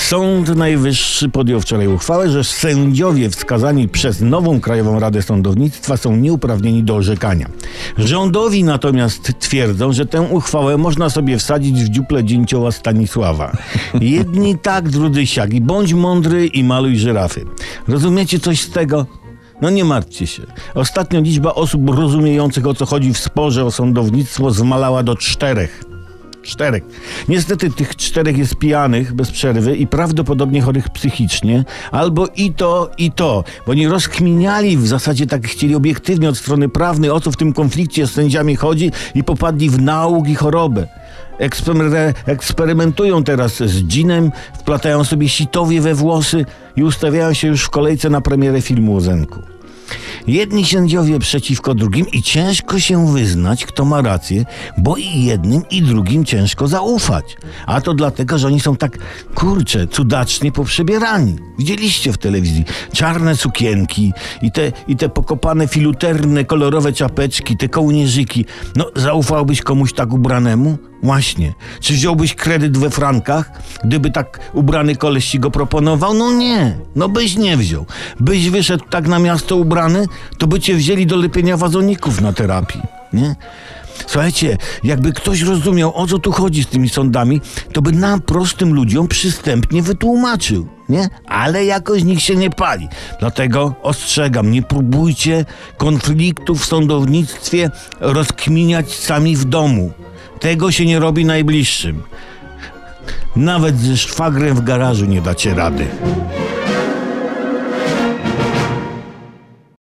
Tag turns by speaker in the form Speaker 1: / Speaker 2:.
Speaker 1: Sąd Najwyższy podjął wczoraj uchwałę, że sędziowie wskazani przez nową Krajową Radę Sądownictwa są nieuprawnieni do orzekania. Rządowi natomiast twierdzą, że tę uchwałę można sobie wsadzić w dziuplę dzięcioła Stanisława. Jedni tak, drudzy siak. I bądź mądry i maluj żyrafy. Rozumiecie coś z tego? No nie martwcie się. Ostatnio liczba osób rozumiejących, o co chodzi w sporze o sądownictwo, zmalała do 4. Niestety tych 4 jest pijanych bez przerwy i prawdopodobnie chorych psychicznie, albo i to, bo oni rozkminiali, w zasadzie tak chcieli obiektywnie od strony prawnej, o co w tym konflikcie z sędziami chodzi i popadli w nauk i chorobę. Eksperymentują teraz z dżinem, wplatają sobie sitowie we włosy i ustawiają się już w kolejce na premierę filmu o Zenku. Jedni sędziowie przeciwko drugim i ciężko się wyznać, kto ma rację, bo i jednym i drugim ciężko zaufać. A to dlatego, że oni są tak, cudacznie poprzebierani. Widzieliście w telewizji czarne sukienki i te pokopane filuterne, kolorowe czapeczki, te kołnierzyki. No, zaufałbyś komuś tak ubranemu? Właśnie. Czy wziąłbyś kredyt we frankach, gdyby tak ubrany koleś ci go proponował? No nie. No byś nie wziął. Byś wyszedł tak na miasto ubrany, to by cię wzięli do lepienia wazoników na terapii. Nie? Słuchajcie, jakby ktoś rozumiał, o co tu chodzi z tymi sądami, to by nam, prostym ludziom, przystępnie wytłumaczył, nie? Ale jakoś nikt się nie pali. Dlatego ostrzegam, nie próbujcie konfliktów w sądownictwie rozkminiać sami w domu. Tego się nie robi najbliższym. Nawet ze szwagrem w garażu nie dacie rady.